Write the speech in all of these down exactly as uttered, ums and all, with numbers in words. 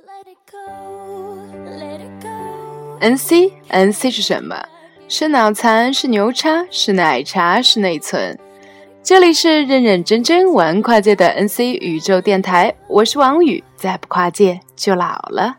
N C N C 是什么？是脑残，是牛叉，是奶茶，是内存。这里是认认真真玩跨界的 N C 宇宙电台，我是王宇，再不跨界就老了。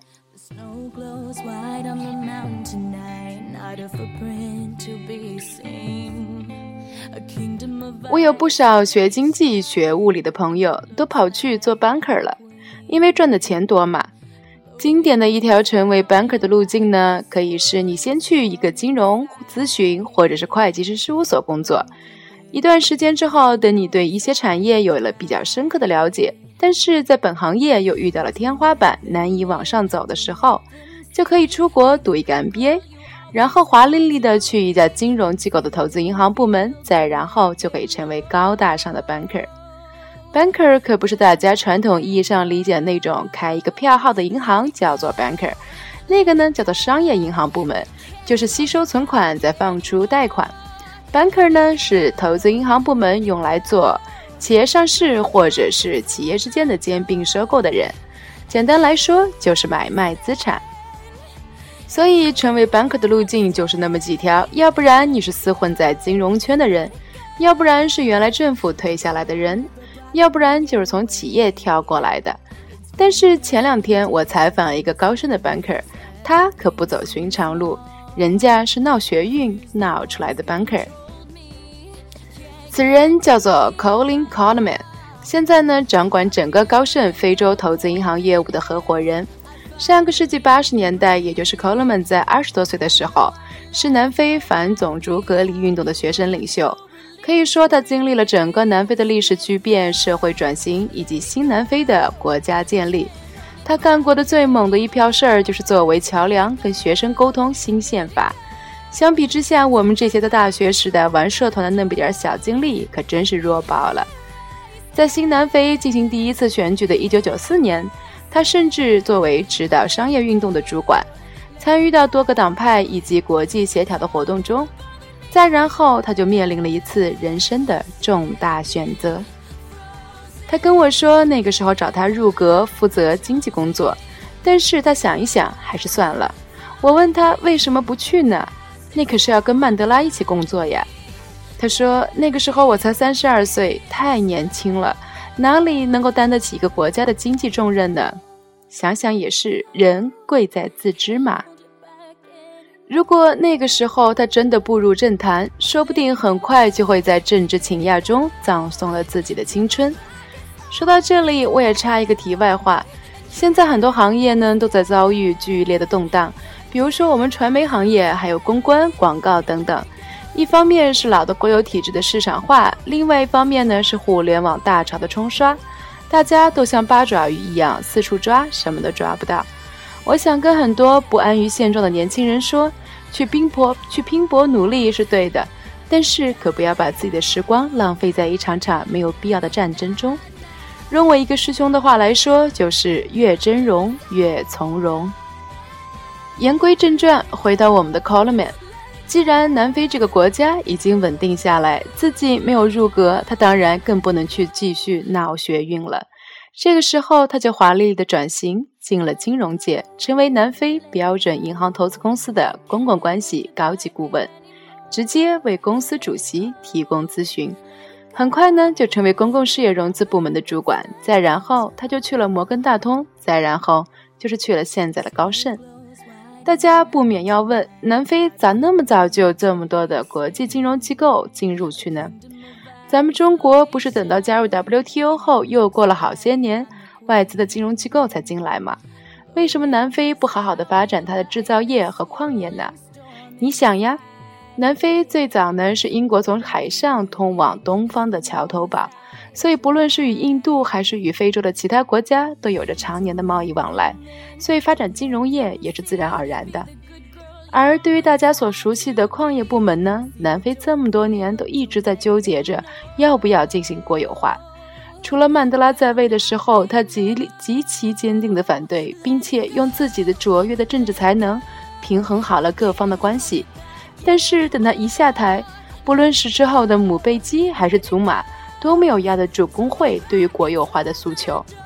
我有不少学经济学物理的朋友都跑去做 banker 了，因为赚的钱多嘛。经典的一条成为 banker 的路径呢，可以是你先去一个金融咨询或者是会计师事务所工作，一段时间之后，等你对一些产业有了比较深刻的了解，但是在本行业又遇到了天花板，难以往上走的时候，就可以出国读一个 M B A， 然后华丽丽的去一家金融机构的投资银行部门，再然后就可以成为高大上的 banker。banker 可不是大家传统意义上理解的那种开一个票号的银行叫做 banker， 那个呢叫做商业银行部门，就是吸收存款再放出贷款。banker 呢是投资银行部门用来做企业上市或者是企业之间的兼并收购的人，简单来说就是买卖资产。所以成为 banker 的路径就是那么几条，要不然你是厮混在金融圈的人，要不然是原来政府推下来的人，要不然就是从企业跳过来的。但是前两天我采访了一个高盛的 banker， 他可不走寻常路，人家是闹学运闹出来的 banker。 此人叫做 Colin Coleman， 现在呢掌管整个高盛非洲投资银行业务的合伙人。上个世纪八十年代，也就是 Coleman 在二十多岁的时候，是南非反种族隔离运动的学生领袖。可以说他经历了整个南非的历史巨变、社会转型以及新南非的国家建立。他干过的最猛的一票事儿就是作为桥梁跟学生沟通新宪法。相比之下，我们这些在大学时代玩社团的那么点小经历可真是弱爆了。在新南非进行第一次选举的一九九四年，他甚至作为指导商业运动的主管，参与到多个党派以及国际协调的活动中。再然后他就面临了一次人生的重大选择。他跟我说那个时候找他入阁负责经济工作，但是他想一想还是算了。我问他为什么不去呢？那可是要跟曼德拉一起工作呀。他说那个时候我才三十二岁，太年轻了，哪里能够担得起一个国家的经济重任呢？想想也是，人贵在自知嘛。如果那个时候他真的步入政坛，说不定很快就会在政治倾轧中葬送了自己的青春。说到这里，我也插一个题外话，现在很多行业呢都在遭遇剧烈的动荡，比如说我们传媒行业，还有公关、广告等等。一方面是老的国有体制的市场化，另外一方面呢是互联网大潮的冲刷，大家都像八爪鱼一样四处抓，什么都抓不到。我想跟很多不安于现状的年轻人说，去拼搏去拼搏努力是对的，但是可不要把自己的时光浪费在一场场没有必要的战争中。用我一个师兄的话来说，就是越真容越从容。言归正传，回到我们的 Coleman， 既然南非这个国家已经稳定下来，自己没有入阁，他当然更不能去继续闹学运了。这个时候他就华丽的转型进了金融界，成为南非标准银行投资公司的公共关系高级顾问，直接为公司主席提供咨询。很快呢就成为公共事业融资部门的主管，再然后他就去了摩根大通，再然后就是去了现在的高盛。大家不免要问，南非咋那么早就有这么多的国际金融机构进入去呢？咱们中国不是等到加入 W T O 后又过了好些年，外资的金融机构才进来吗？为什么南非不好好的发展它的制造业和矿业呢？你想呀，南非最早呢是英国从海上通往东方的桥头堡，所以不论是与印度还是与非洲的其他国家都有着常年的贸易往来，所以发展金融业也是自然而然的。而对于大家所熟悉的矿业部门呢，南非这么多年都一直在纠结着要不要进行国有化。除了曼德拉在位的时候，他极极其坚定的反对，并且用自己的卓越的政治才能平衡好了各方的关系。但是等他一下台，不论是之后的姆贝基还是祖马，都没有压得住工会对于国有化的诉求。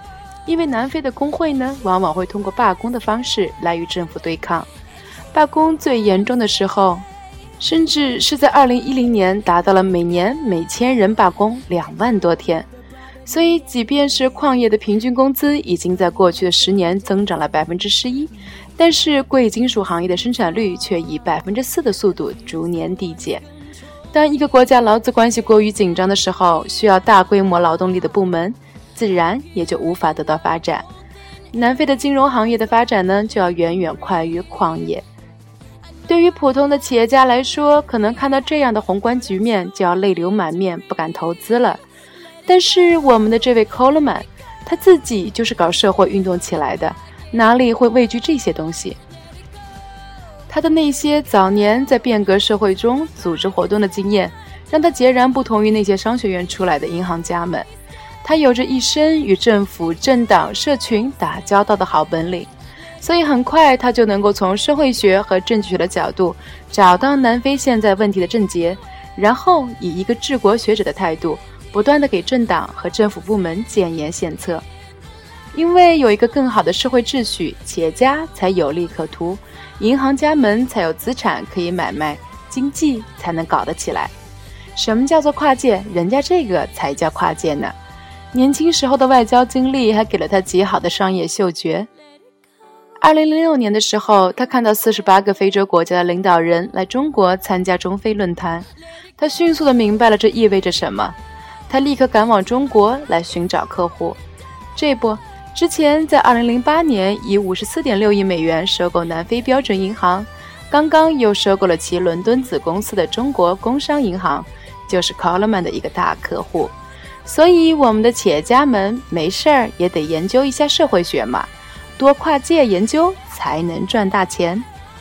因为南非的工会呢，往往会通过罢工的方式来与政府对抗。罢工最严重的时候，甚至是在二零一零年达到了每年每千人罢工两万多天。所以即便是矿业的平均工资已经在过去的十年增长了百分之十一，但是贵金属行业的生产率却以百分之四的速度逐年递减。当一个国家劳资关系过于紧张的时候，需要大规模劳动力的部门自然也就无法得到发展。南非的金融行业的发展呢，就要远远快于矿业。对于普通的企业家来说，可能看到这样的宏观局面就要泪流满面，不敢投资了。但是我们的这位 Coleman， 他自己就是搞社会运动起来的，哪里会畏惧这些东西？他的那些早年在变革社会中组织活动的经验，让他截然不同于那些商学院出来的银行家们。他有着一身与政府、政党、社群打交道的好本领，所以很快他就能够从社会学和政治学的角度找到南非现在问题的症结，然后以一个治国学者的态度不断地给政党和政府部门建言献策。因为有一个更好的社会秩序，企业家才有利可图，银行家们才有资产可以买卖，经济才能搞得起来。什么叫做跨界？人家这个才叫跨界呢。年轻时候的外交经历还给了他极好的商业嗅觉。二零零六年的时候，他看到四十八个非洲国家的领导人来中国参加中非论坛，他迅速地明白了这意味着什么。他立刻赶往中国来寻找客户。这不，之前在二零零八年以 五十四点六亿美元收购南非标准银行，刚刚又收购了其伦敦子公司的中国工商银行，就是 Coleman 的一个大客户。所以我们的企业家们没事儿也得研究一下社会学嘛，多跨界研究才能赚大钱。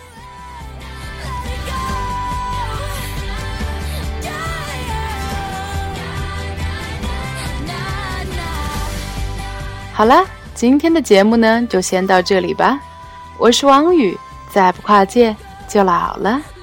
好啦，今天的节目呢就先到这里吧。我是王宇，再不跨界就老了。